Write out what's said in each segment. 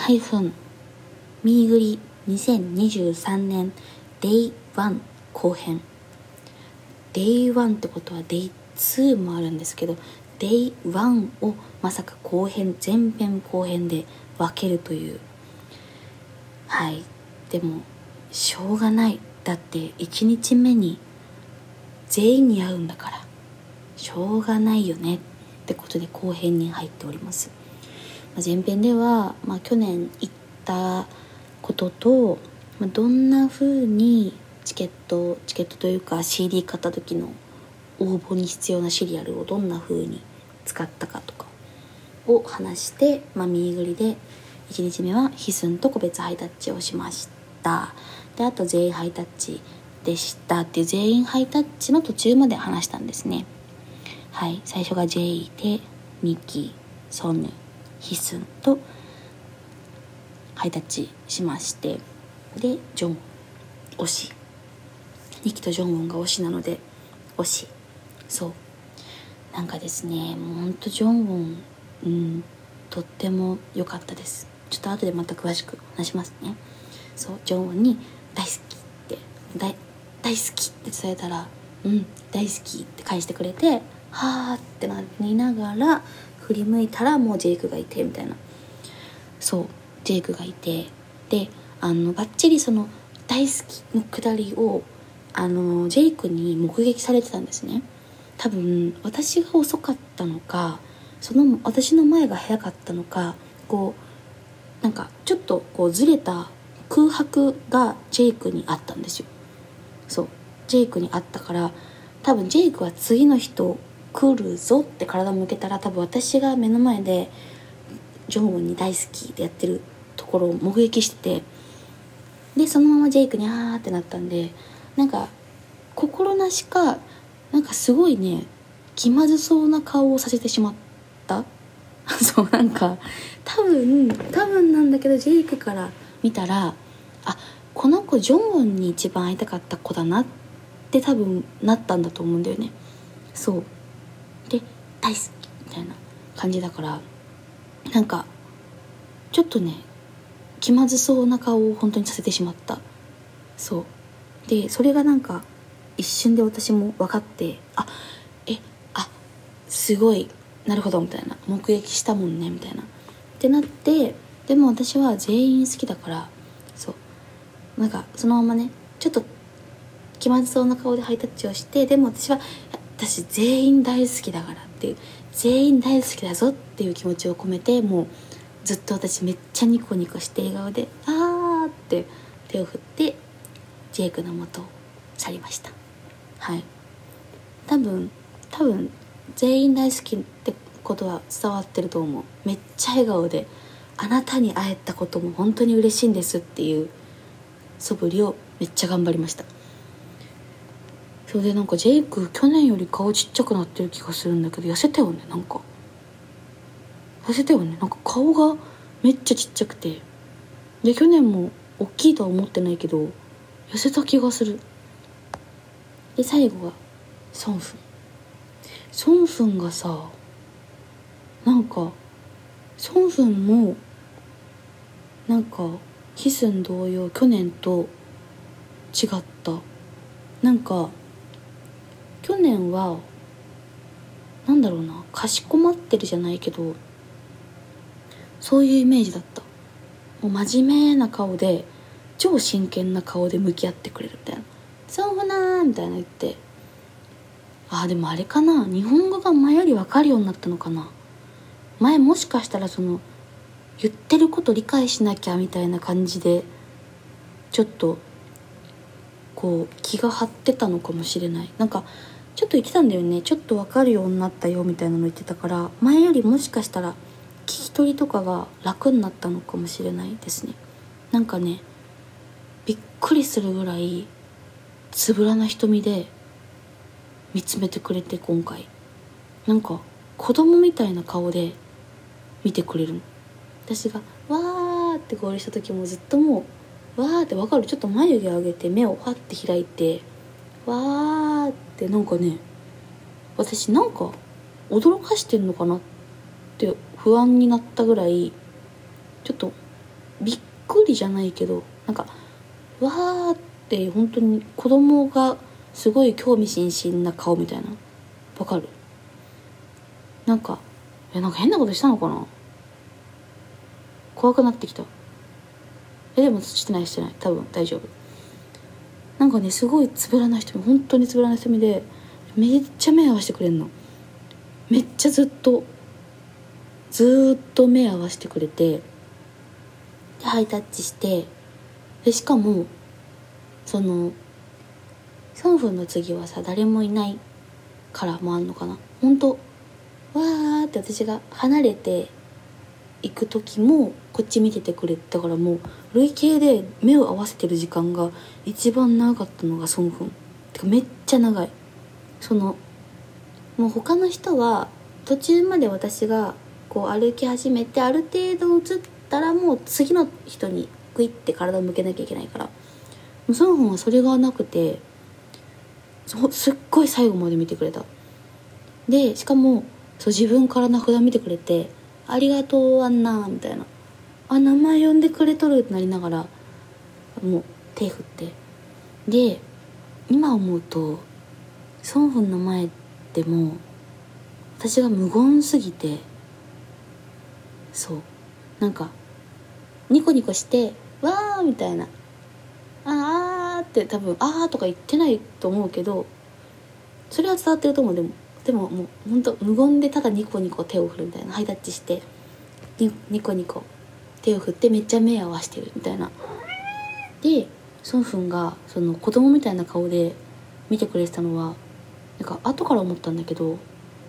ミーグリ2023年 Day1 後編。 Day1 ってことは Day2 もあるんですけど、 Day1 をまさか前編後編で分けるという。はい、でもしょうがない。だって1日目に全員に会うんだからしょうがないよねってことで後編に入っております。前編では、去年行ったことと、どんな風にチケットというか CD 買った時の応募に必要なシリアルをどんな風に使ったかとかを話して、ミーグリで1日目はヒスンと個別ハイタッチをしました。で、あと全員ハイタッチでしたっていう、全員ハイタッチの途中まで話したんですね。はい、最初がジェイでミキ、ソヌ、ヒスンとハイタッチしまして、でジョン推し、ニキとジョンウンが推しなので推し、そうなんかですね、もうほんとジョンウン、とっても良かったです。ちょっと後でまた詳しく話しますね。そう、ジョンウンに大好きって大好きって伝えたら、大好きって返してくれて、はーってなりながら振り向いたらもうジェイクがいてみたいな。そう、ジェイクがいて、でバッチリその大好きのくだりをジェイクに目撃されてたんですね。多分私が遅かったのか、私の前が早かったのか、なんかちょっとずれた空白がジェイクにあったんですよ。そう、ジェイクにあったから、多分ジェイクは次の人来るぞって体向けたら、多分私が目の前でジョンウンに大好きでやってるところを目撃してて、でそのままジェイクにあーってなったんで、なんか心なしかなんかすごいね、気まずそうな顔をさせてしまったそう、なんか多分なんだけど、ジェイクから見たら、この子ジョンウンに一番会いたかった子だなって多分なったんだと思うんだよね。そうで大好きみたいな感じだから、なんかちょっとね、気まずそうな顔を本当にさせてしまった。そうで、それがなんか一瞬で私も分かって、すごい、なるほどみたいな、目撃したもんねみたいなってなって、でも私は全員好きだから、そうなんかそのままね、ちょっと気まずそうな顔でハイタッチをして、でも私全員大好きだからっていう、全員大好きだぞっていう気持ちを込めて、もうずっと私めっちゃニコニコして笑顔でって手を振ってジェイクの元を去りました。はい、多分全員大好きってことは伝わってると思う。めっちゃ笑顔で、あなたに会えたことも本当に嬉しいんですっていう素振りをめっちゃ頑張りました。それでなんかジェイク去年より顔ちっちゃくなってる気がするんだけど、痩せたよね。なんか顔がめっちゃちっちゃくて、で去年も大きいとは思ってないけど痩せた気がする。で最後がソンフンがさ、なんかソンフンもなんかヒスン同様去年と違った。なんか去年はなんだろうな、かしこまってるじゃないけど、そういうイメージだった。もう真面目な顔で、超真剣な顔で向き合ってくれるみたいな、ソンフナーみたいな言って、でもあれかな、日本語が前より分かるようになったのかな。前もしかしたら言ってること理解しなきゃみたいな感じでちょっと気が張ってたのかもしれない。なんかちょっと言ってたんだよね、ちょっと分かるようになったよみたいなの言ってたから、前よりもしかしたら聞き取りとかが楽になったのかもしれないですね。なんかね、びっくりするぐらいつぶらな瞳で見つめてくれて、今回なんか子供みたいな顔で見てくれるの。私がわーって合流した時もずっともうわーって、わかる、ちょっと眉毛上げて目をファッて開いてわーって、なんかね、私なんか驚かしてんのかなって不安になったぐらい、ちょっとびっくりじゃないけど、なんかわーって本当に子供がすごい興味津々な顔みたいな、わかる？なんか変なことしたのかな、怖くなってきた。でもしてない多分大丈夫。なんかね、すごいつぶらな瞳、本当につぶらな瞳でめっちゃ目合わせてくれんの。めっちゃずっと目合わせてくれて、でハイタッチして、でしかもそのソンフンの次はさ、誰もいないからもあんのかな、本当わーって私が離れて行く時もこっち見ててくれたから、もう累計で目を合わせてる時間が一番長かったのがソンフンてか、めっちゃ長い。もう他の人は途中まで私がこう歩き始めて、ある程度移ったらもう次の人にグイって体を向けなきゃいけないから、もうソンフンはそれがなくて、すっごい最後まで見てくれた。でしかも自分から名札見てくれて、ありがとうアンナみたいな、名前呼んでくれとるってなりながら、もう手振って、で今思うとソンフンの前でも私が無言すぎて、なんかニコニコしてわーみたいな、あーって多分あーとか言ってないと思うけど、それは伝わってると思う。でももうほんと無言でただニコニコ手を振るみたいな、ハイタッチしてニコニコ手を振ってめっちゃ目合わせてるみたいな。でソンフンがその子供みたいな顔で見てくれてたのは、なんか後から思ったんだけど、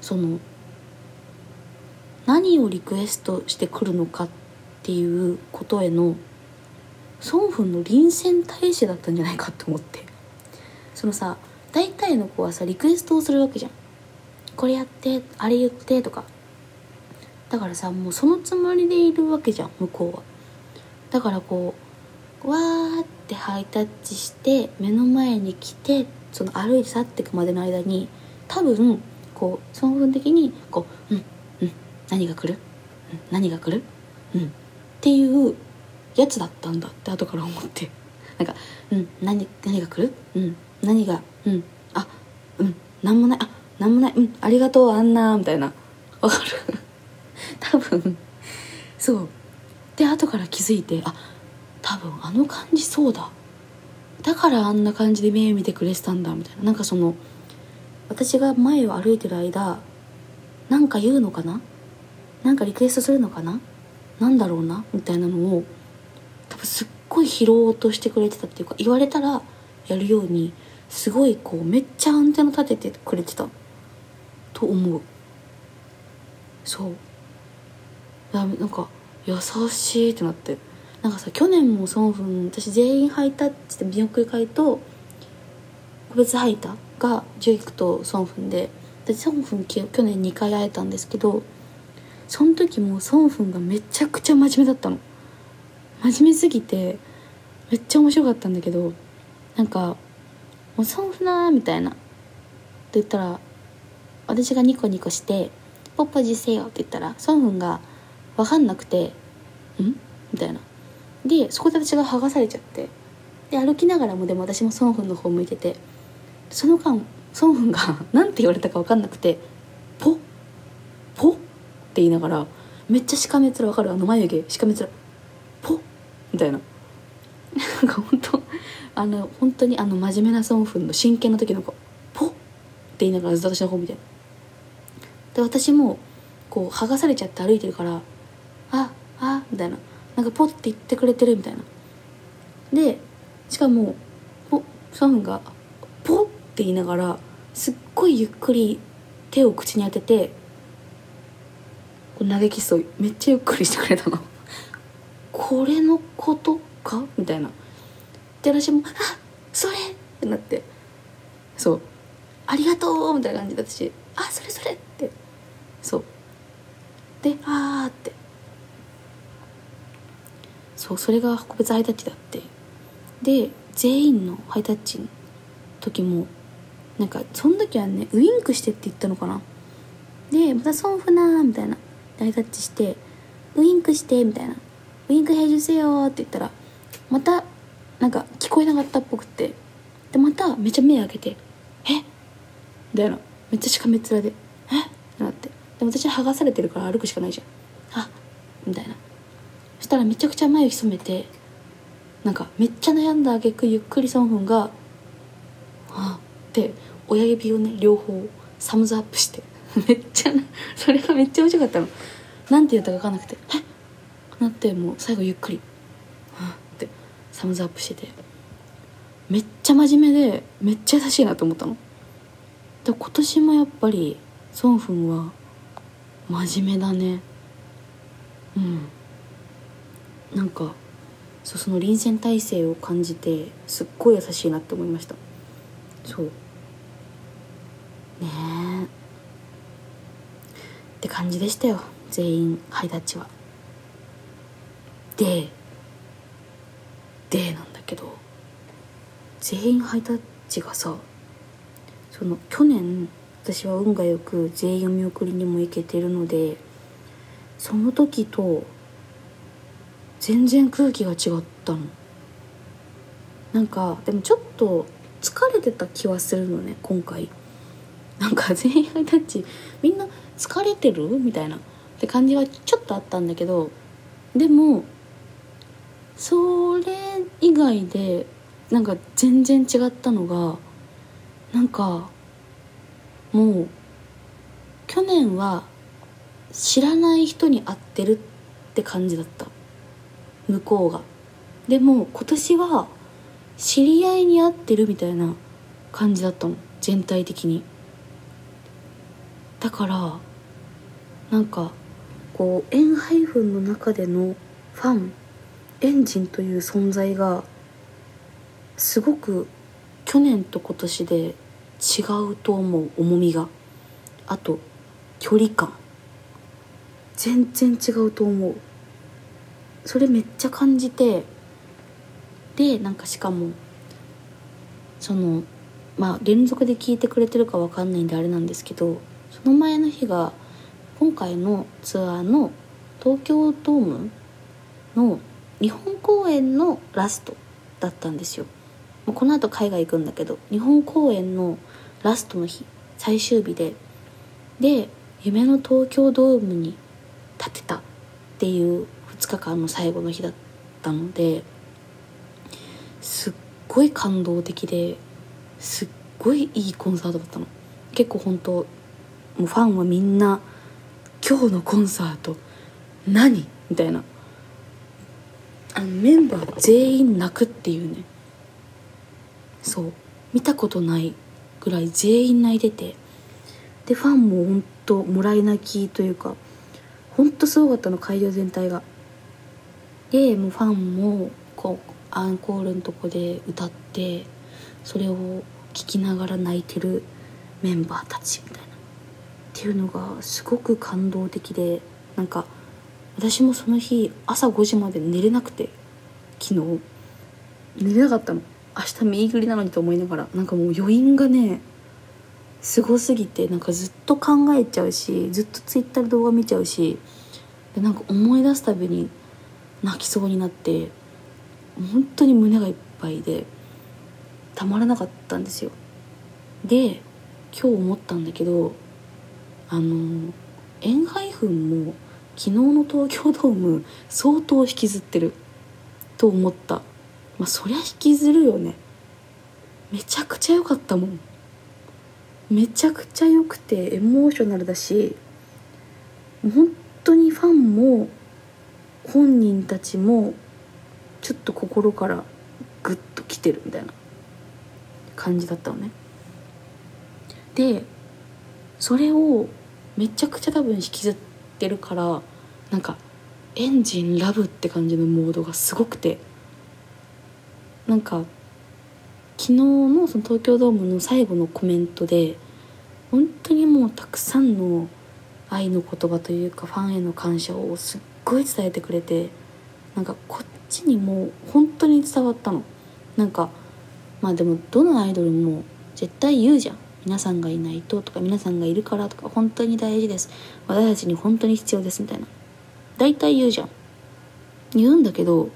何をリクエストしてくるのかっていうことへのソンフンの臨戦態勢だったんじゃないかって思って、大体の子はリクエストをするわけじゃん。これやってあれ言ってとか、だからもうそのつもりでいるわけじゃん向こうは。だからこうわーってハイタッチして目の前に来て、歩いて去っていくまでの間に多分ソンフン的に何が来る、何が来る、っていうやつだったんだって後から思って、何が来る、何がなんもない、なんもない、ありがとうアンナみたいな、わかる多分で後から気づいて、多分あの感じそうだ、だからあんな感じで目見てくれてたんだみたいな。私が前を歩いてる間なんか言うのかな、なんかリクエストするのかな、なんだろうなみたいなのを多分すっごい拾おうとしてくれてたっていうか、言われたらやるようにすごいめっちゃアンテナ立ててくれてたと思う。なんか優しいってなって、去年もソンフン、私全員ハイタッチで見送り会と個別ハイタがジュイクとソンフンで、ソンフン去年2回会えたんですけど、その時もソンフンがめちゃくちゃ真面目だったの。真面目すぎてめっちゃ面白かったんだけど、もうソンフナーみたいなって言ったら、私がニコニコしてポッポジせよって言ったら、ソンフンが分かんなくてみたいな。でそこで私が剥がされちゃって、で歩きながらもでも私もソンフンの方向いてて、その間ソンフンがなんて言われたか分かんなくて、ポって言いながらめっちゃしかめっ面、分かる、眉毛しかめっ面、ポみたいな本当に真面目なソンフンの真剣な時のポって言いながらずっと私の方見て、で私も剥がされちゃって歩いてるから、みたいな、ポって言ってくれてるみたいな。でしかもソンフンがポって言いながらすっごいゆっくり手を口に当てて投げキスをめっちゃゆっくりしてくれたのこれのことかみたいな。で私もそれってなって、ありがとうみたいな感じで、私それってでってそれが個別ハイタッチだって。で全員のハイタッチの時もその時はね、ウインクしてって言ったのかな。でまたソンフナーみたいなハイタッチしてウインクしてみたいな、 ウインク編集せよって言ったらまたなんか聞こえなかったっぽくて、でまためっちゃ目開けてえみたいな、めっちゃしかめっ面でってなって、でも私は剥がされてるから歩くしかないじゃん、みたいな。そしたらめちゃくちゃ眉潜めて、なんかめっちゃ悩んだ挙句ゆっくりソンフンがって親指をね両方サムズアップしてめっちゃそれがめっちゃ面白かったの。なんて言ったか分かんなくてなって、もう最後ゆっくりってサムズアップしてて、めっちゃ真面目でめっちゃ優しいなと思ったの。で今年もやっぱりソンフンは真面目だね。なんかその臨戦態勢を感じてすっごい優しいなって思いました。そうねえって感じでしたよ、全員ハイタッチは。でなんだけど、全員ハイタッチがさ、その去年私は運がよく全員お見送りにも行けてるので、その時と全然空気が違ったの。なんかでもちょっと疲れてた気はするのね今回。なんか全員ハイタッチみんな疲れてるみたいなって感じはちょっとあったんだけど、でもそれ以外でなんか全然違ったのが、なんかもう去年は知らない人に会ってるって感じだった、向こうが。でも今年は知り合いに会ってるみたいな感じだったの、全体的に。だからなんかこうエンハイフンの中でのファンエンジンという存在がすごく去年と今年で違うと思う。重みが、あと距離感全然違うと思う。それめっちゃ感じて、でなんかしかもその連続で聞いてくれてるかわかんないんであれなんですけど、その前の日が今回のツアーの東京ドームの日本公演のラストだったんですよ。もうこの後海外行くんだけど、日本公演のラストの日、最終日で夢の東京ドームに立てたっていう2日間の最後の日だったので、すっごい感動的ですっごいいいコンサートだったの。結構本当もうファンはみんな今日のコンサート何みたいな、メンバー全員泣くっていうね、そう見たことないぐらい全員泣いてて、でファンも本当もらい泣きというか本当すごかったの、会場全体が。でもうファンもこうアンコールのとこで歌って、それを聴きながら泣いてるメンバーたちみたいなっていうのがすごく感動的で、なんか私もその日朝5時まで寝れなくて、昨日寝れなかったの。明日右繰りなのにと思いながら、なんかもう余韻がねすごすぎて、なんかずっと考えちゃうし、ずっとツイッターで動画見ちゃうし、でなんか思い出すたびに泣きそうになって、本当に胸がいっぱいでたまらなかったんですよ。で今日思ったんだけど、エンハイフンも昨日の東京ドーム相当引きずってると思った。そりゃ引きずるよね。めちゃくちゃ良かったもん。めちゃくちゃ良くてエモーショナルだし、本当にファンも本人たちもちょっと心からグッと来てるみたいな感じだったのね。でそれをめちゃくちゃ多分引きずってるから、なんかエンジンラブって感じのモードがすごくて、なんか昨日のその東京ドームの最後のコメントで本当にもうたくさんの愛の言葉というかファンへの感謝をすっごい伝えてくれて、なんかこっちにも本当に伝わったの。なんかでもどのアイドルも絶対言うじゃん、皆さんがいないととか皆さんがいるからとか本当に大事です、私たちに本当に必要ですみたいな大体言うじゃん。 言うんだけど、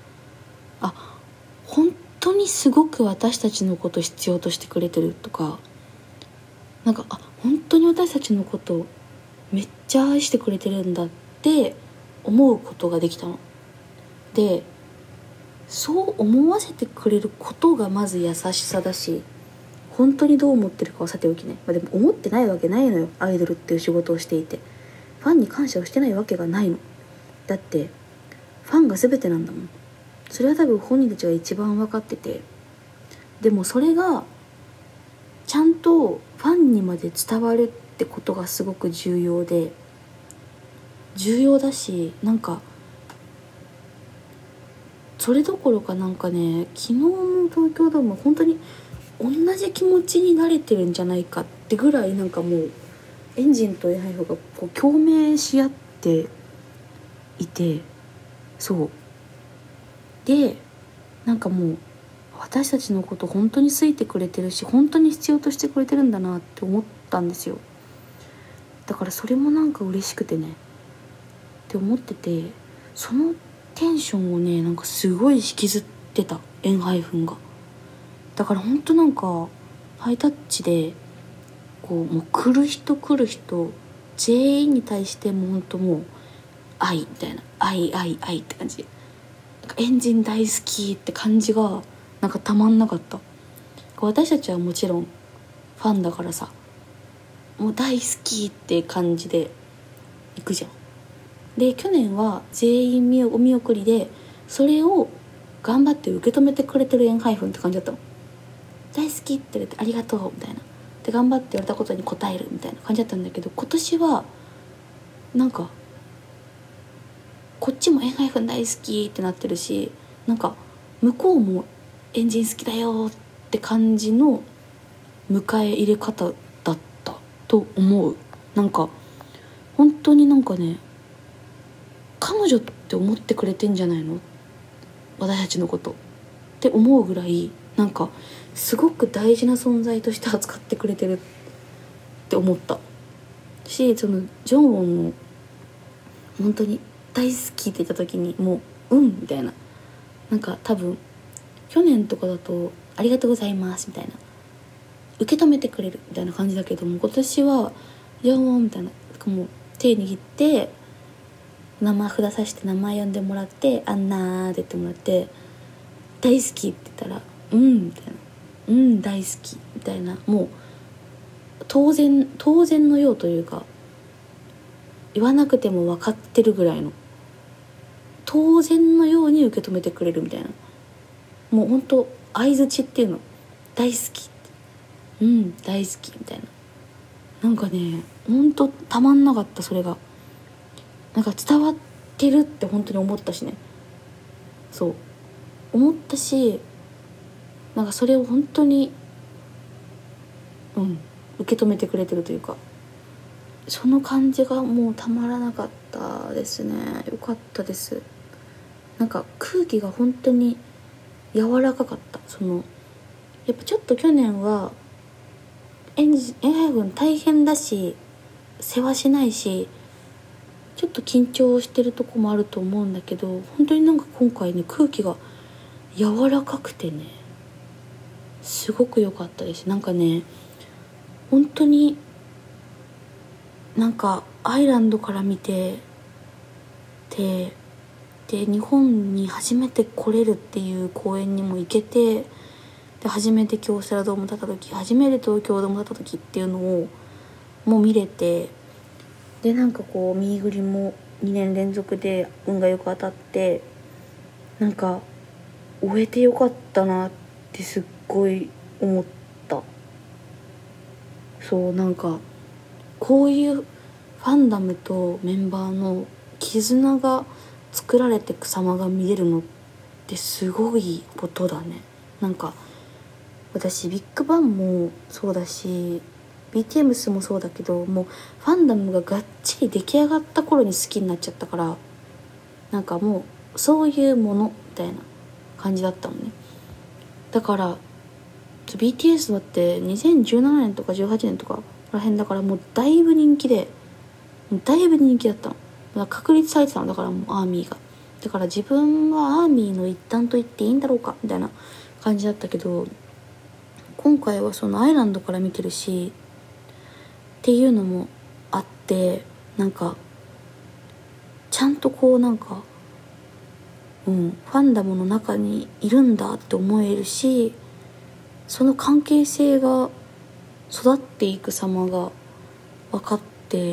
本当にすごく私たちのこと必要としてくれてるとか、本当に私たちのことめっちゃ愛してくれてるんだって思うことができたので、そう思わせてくれることがまず優しさだし、本当にどう思ってるかはさておきね、でも思ってないわけないのよ。アイドルっていう仕事をしていてファンに感謝をしてないわけがないの。だってファンが全てなんだもん。それは多分本人たちが一番分かってて、でもそれがちゃんとファンにまで伝わるってことがすごく重要だし、それどころか昨日の東京ドーム本当に同じ気持ちになれてるんじゃないかってぐらいもうエンジンとエハイフがこう共鳴し合っていて、そうでもう私たちのこと本当に好いてくれてるし、本当に必要としてくれてるんだなって思ったんですよ。だからそれも嬉しくてねって思ってて、そのテンションをねすごい引きずってたエンハイフンが。だから本当ハイタッチでもう来る人全員に対して本当もう愛みたいな、愛って感じ、エンジン大好きって感じがたまんなかった。私たちはもちろんファンだからさ、もう大好きって感じで行くじゃん。で去年は全員お見送りで、それを頑張って受け止めてくれてるエンハイフンって感じだったの。大好きって言われてありがとうみたいなで、頑張って言われたことに応えるみたいな感じだったんだけど、今年はこっちもエンハイフン大好きってなってるし、向こうもエンジン好きだよって感じの迎え入れ方だったと思う。本当に彼女って思ってくれてんじゃないの私たちのことって思うぐらいすごく大事な存在として扱ってくれてるって思ったし、そのジョンウォンも本当に大好きって言った時にもうみたいな、多分去年とかだとありがとうございますみたいな受け止めてくれるみたいな感じだけども、今年はジョンウォンみたいなもう手握って名前札さして名前呼んでもらって、アンナーって言ってもらって大好きって言ったらみたいな、大好きみたいな、もう当然のようというか、言わなくても分かってるぐらいの当然のように受け止めてくれるみたいな、もうほんと相づちっていうの、大好き大好きみたいな、ほんとたまんなかった。それが伝わってるって本当に思ったしね、そう思ったし、それを本当に受け止めてくれてるというか、その感じがもうたまらなかったですね。よかったです。空気が本当に柔らかかった。やっぱちょっと去年はエンハイフン大変だし世話しないしちょっと緊張してるとこもあると思うんだけど、本当に今回ね空気が柔らかくてねすごく良かったです。本当にアイランドから見てで日本に初めて来れるっていう公演にも行けて、で初めて京セラドームだった時、初めて東京ドームだった時っていうのをもう見れて、でミーグリも2年連続で運がよく当たって、終えてよかったなってすっごい思った。そうこういうファンダムとメンバーの絆が作られていく様が見れるのってすごいことだね。私ビッグバンもそうだし BTS もそうだけど、もうファンダムががっちり出来上がった頃に好きになっちゃったから、もうそういうものみたいな感じだったもんね。だから BTS だって2017年とか18年とからへんだから、もうだいぶ人気だったの。だから確立されてたの。だからもうアーミーがだから自分はアーミーの一端と言っていいんだろうかみたいな感じだったけど、今回はそのアイランドから見てるしっていうのもあって、なんかちゃんとこうなんかファンダムの中にいるんだって思えるし、その関係性が育っていく様が分かって、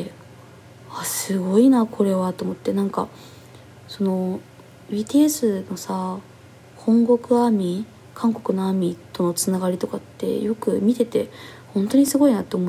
すごいなこれはと思って、なんかその BTS のさ、本国アーミー、韓国のアーミーとのつながりとかってよく見てて本当にすごいなって思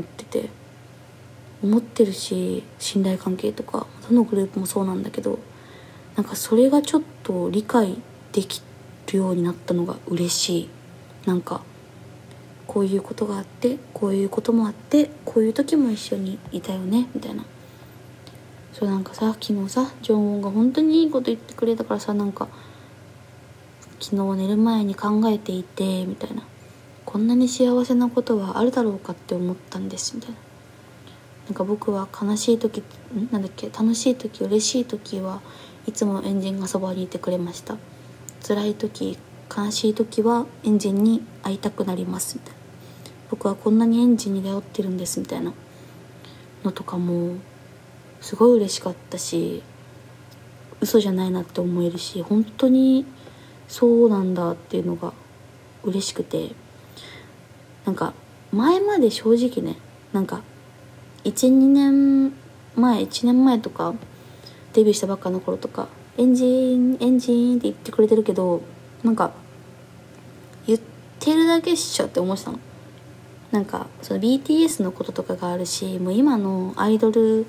ってるし、信頼関係とかどのグループもそうなんだけど、なんかそれがちょっと理解できるようになったのが嬉しい。なんかこういうことがあって、こういうこともあって、こういう時も一緒にいたよねみたいな。そう、なんかさ、昨日さ、ジョンウォンが本当にいいこと言ってくれたからさ、なんか昨日寝る前に考えていてみたいな、こんなに幸せなことはあるだろうかって思ったんですみたいな。なんか僕は悲しい時、楽しい時、嬉しい時はいつもエンジンがそばにいてくれました。辛い時、悲しい時はエンジンに会いたくなりますみたいな。僕はこんなにエンジンに頼ってるんですみたいなのとかもすごい嬉しかったし、嘘じゃないなって思えるし、本当にそうなんだっていうのが嬉しくて、なんか前まで正直ね、なんか1年前とかデビューしたばっかの頃とかエンジンって言ってくれてるけど、なんか言ってるだけっしょって思ってたの。なんかその BTS のこととかがあるし、もう今のアイドル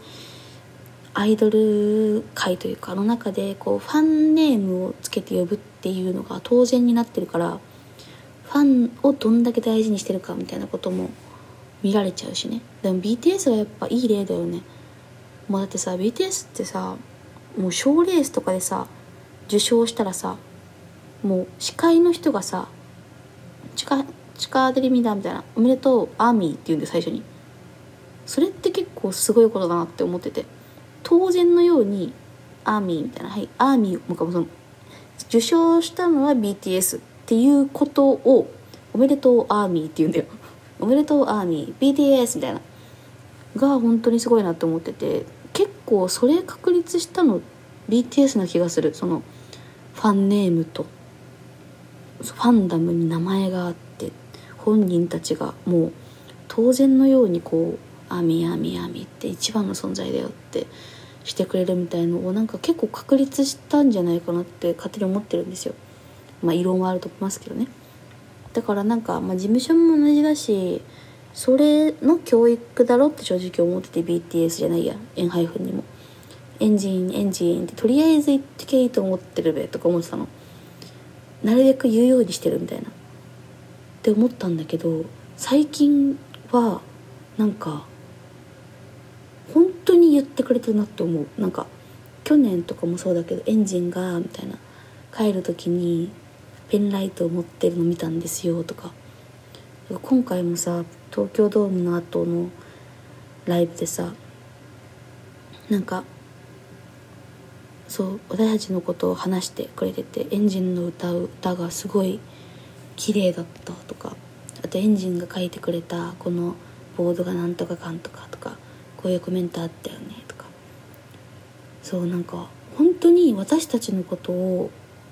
界というかの中でこうファンネームをつけて呼ぶっていうのが当然になってるから、ファンをどんだけ大事にしてるかみたいなことも見られちゃうしね。でも BTS はやっぱいい例だよね。もうだってさ、 BTS ってさ、もう賞レースとかでさ受賞したらさ、もう司会の人がさ、チカデリミだみたいな、おめでとうアーミーって言うんで最初に。それって結構すごいことだなって思ってて、当然のようにアーミーみたいな、はいアーミーもかも、その受賞したのは BTS っていうことをおめでとうアーミーって言うんだよおめでとうアーミー BTS みたいなが本当にすごいなって思ってて、結構それ確立したの BTS な気がする。そのファンネームとファンダムに名前があって、本人たちがもう当然のようにこうアーミーって一番の存在だよってしてくれるみたいのを、なんか結構確立したんじゃないかなって勝手に思ってるんですよ。異論はあると思いますけどね。だからなんか、事務所も同じだし、それの教育だろって正直思ってて、 BTS じゃないや、エンハイフンにもエンジンってとりあえず言ってけいいと思ってるべとか思ってたの。なるべく言うようにしてるみたいなって思ったんだけど、最近はなんか本当に言ってくれてるなって思う。なんか去年とかもそうだけど、エンジンがみたいな、帰る時にペンライトを持ってるの見たんですよとか、今回もさ東京ドームの後のライブでさ、なんかそう私たちのことを話してくれてて、エンジンの歌う歌がすごい綺麗だったとか、あとエンジンが書いてくれたこのボードがなんとかかんとかとか、こういうコメントあったよねとか、そうなんか本当に私たちのことを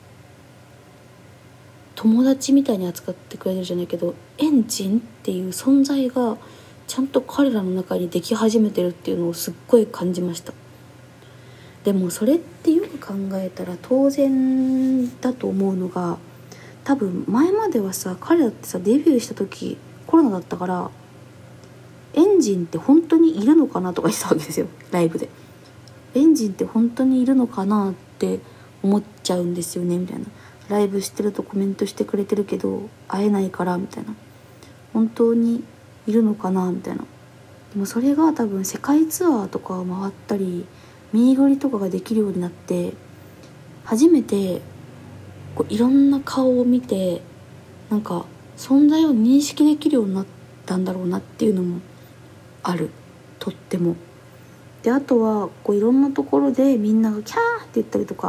友達みたいに扱ってくれてるじゃないけど、エンジンっていう存在がちゃんと彼らの中にでき始めてるっていうのをすっごい感じました。でもそれってよく考えたら当然だと思うのが、多分前まではさ、彼だってさデビューした時コロナだったから、エンジンって本当にいるのかなとか言ってたわけですよ、ライブで。エンジンって本当にいるのかなって思っちゃうんですよねみたいな。ライブしてるとコメントしてくれてるけど会えないからみたいな、本当にいるのかなみたいな。でもそれが多分世界ツアーとかを回ったり巡りとかができるようになって、初めてこういろんな顔を見て、なんか存在を認識できるようになったんだろうなっていうのもある、とっても。であとはこういろんなところでみんながキャーって言ったりとか、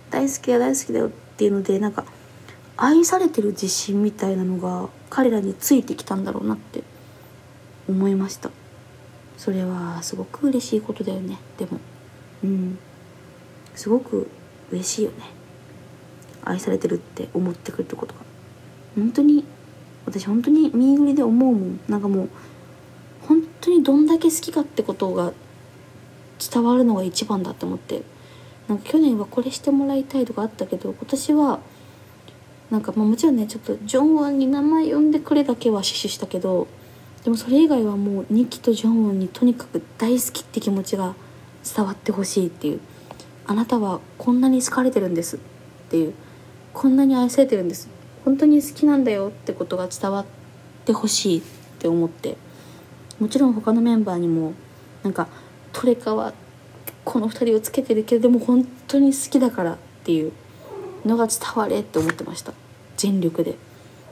大好きだ大好きだよっていうので、なんか愛されてる自信みたいなのが彼らについてきたんだろうなって思いました。それはすごく嬉しいことだよね。でもすごく嬉しいよね。愛されてるって思ってくれることが私本当にミーグリで思うもん。なんかもう本当にどんだけ好きかってことが伝わるのが一番だって思って、なんか去年はこれしてもらいたいとかあったけど、今年はなんかもちろんね、ちょっとジョンウォンに名前呼んでくれだけは死守したけど、でもそれ以外はもうニキとジョンウォンにとにかく大好きって気持ちが伝わってほしいっていう、あなたはこんなに好かれてるんですっていう、こんなに愛されてるんです、本当に好きなんだよってことが伝わってほしいって思って、もちろん他のメンバーにもなんかトレカはこの2人をつけてるけど、でも本当に好きだからっていうのが伝われって思ってました、全力で。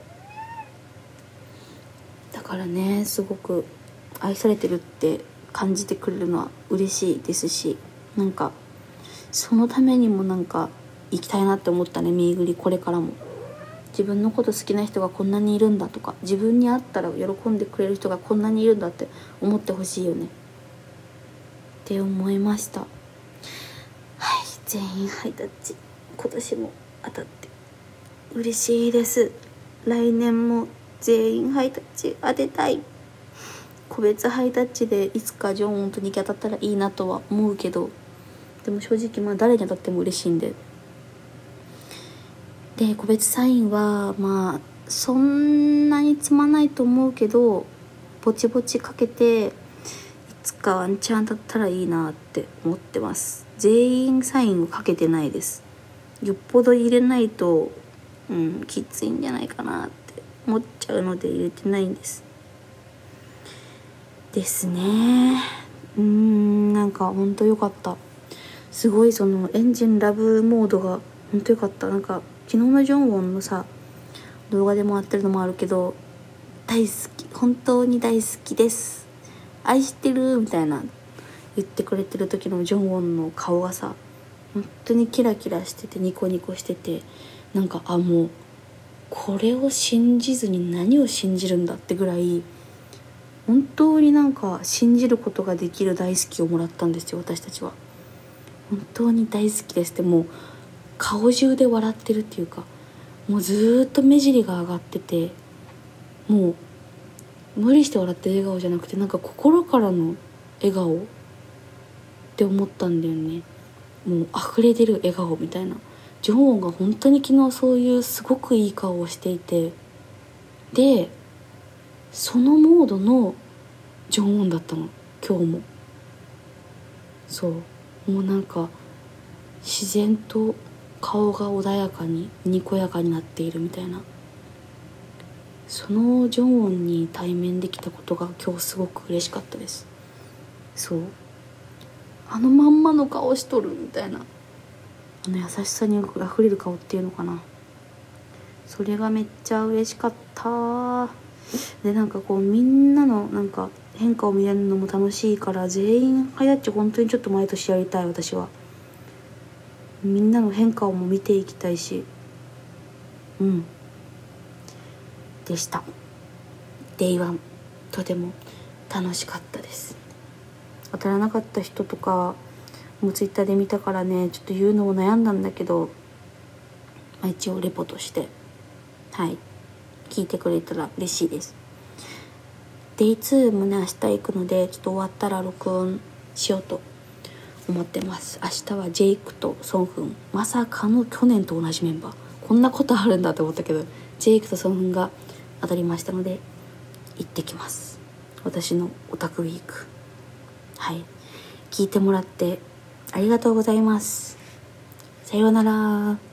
だからね、すごく愛されてるって感じてくれるのは嬉しいですし、なんかそのためにもなんか行きたいなって思ったね、ミーグリ。これからも自分のこと好きな人がこんなにいるんだとか、自分に会ったら喜んでくれる人がこんなにいるんだって思ってほしいよねって思いました。はい、全員ハイタッチ今年も当たって嬉しいです。来年も全員ハイタッチ当てたい。個別ハイタッチでいつかジョンウォンと2期当たったらいいなとは思うけど、でも正直誰に当たっても嬉しいんで。で個別サインはそんなに積まないと思うけど、ぼちぼちかけていつかワンチャンだったらいいなって思ってます。全員サインをかけてないです。よっぽど入れないときついんじゃないかなって思っちゃうので入れてないんですね。なんかほんとよかった。すごいそのエンジンラブモードがほんとよかった。なんか昨日のジョンウォンのさ動画でもあってるのもあるけど、大好き、本当に大好きです、愛してるみたいな言ってくれてる時のジョンウォンの顔がさ、本当にキラキラしててニコニコしてて、なんかもうこれを信じずに何を信じるんだってぐらい、本当になんか信じることができる大好きをもらったんですよ。私たちは本当に大好きですって、もう顔中で笑ってるっていうか、もうずっと目尻が上がってて、もう無理して笑ってる笑顔じゃなくて、なんか心からの笑顔って思ったんだよね。もう溢れ出る笑顔みたいな。ジョンウォンが本当に昨日そういうすごくいい顔をしていて、でそのモードのジョンウォンだったの今日も。そうもうなんか自然と顔が穏やかににこやかになっているみたいな、そのジョンウォンに対面できたことが今日すごく嬉しかったです。そうまんまの顔しとるみたいな、優しさにあふれる顔っていうのかな、それがめっちゃ嬉しかった。でなんかこうみんなのなんか変化を見れるのも楽しいから、全員ハイタッチ本当にちょっと毎年やりたい。私はみんなの変化をも見ていきたいし、でした。デイワンとても楽しかったです。当たらなかった人とかもツイッターで見たからね、ちょっと言うのも悩んだんだけど、一応レポとして聞いてくれたら嬉しいです。デイ2もね明日行くので、ちょっと終わったら録音しようと思ってます。明日はジェイクとソンフン、まさかの去年と同じメンバー、こんなことあるんだと思ったけど、ジェイクとソンフンが当たりましたので行ってきます。私のオタクウィーク。聞いてもらってありがとうございます。さようなら。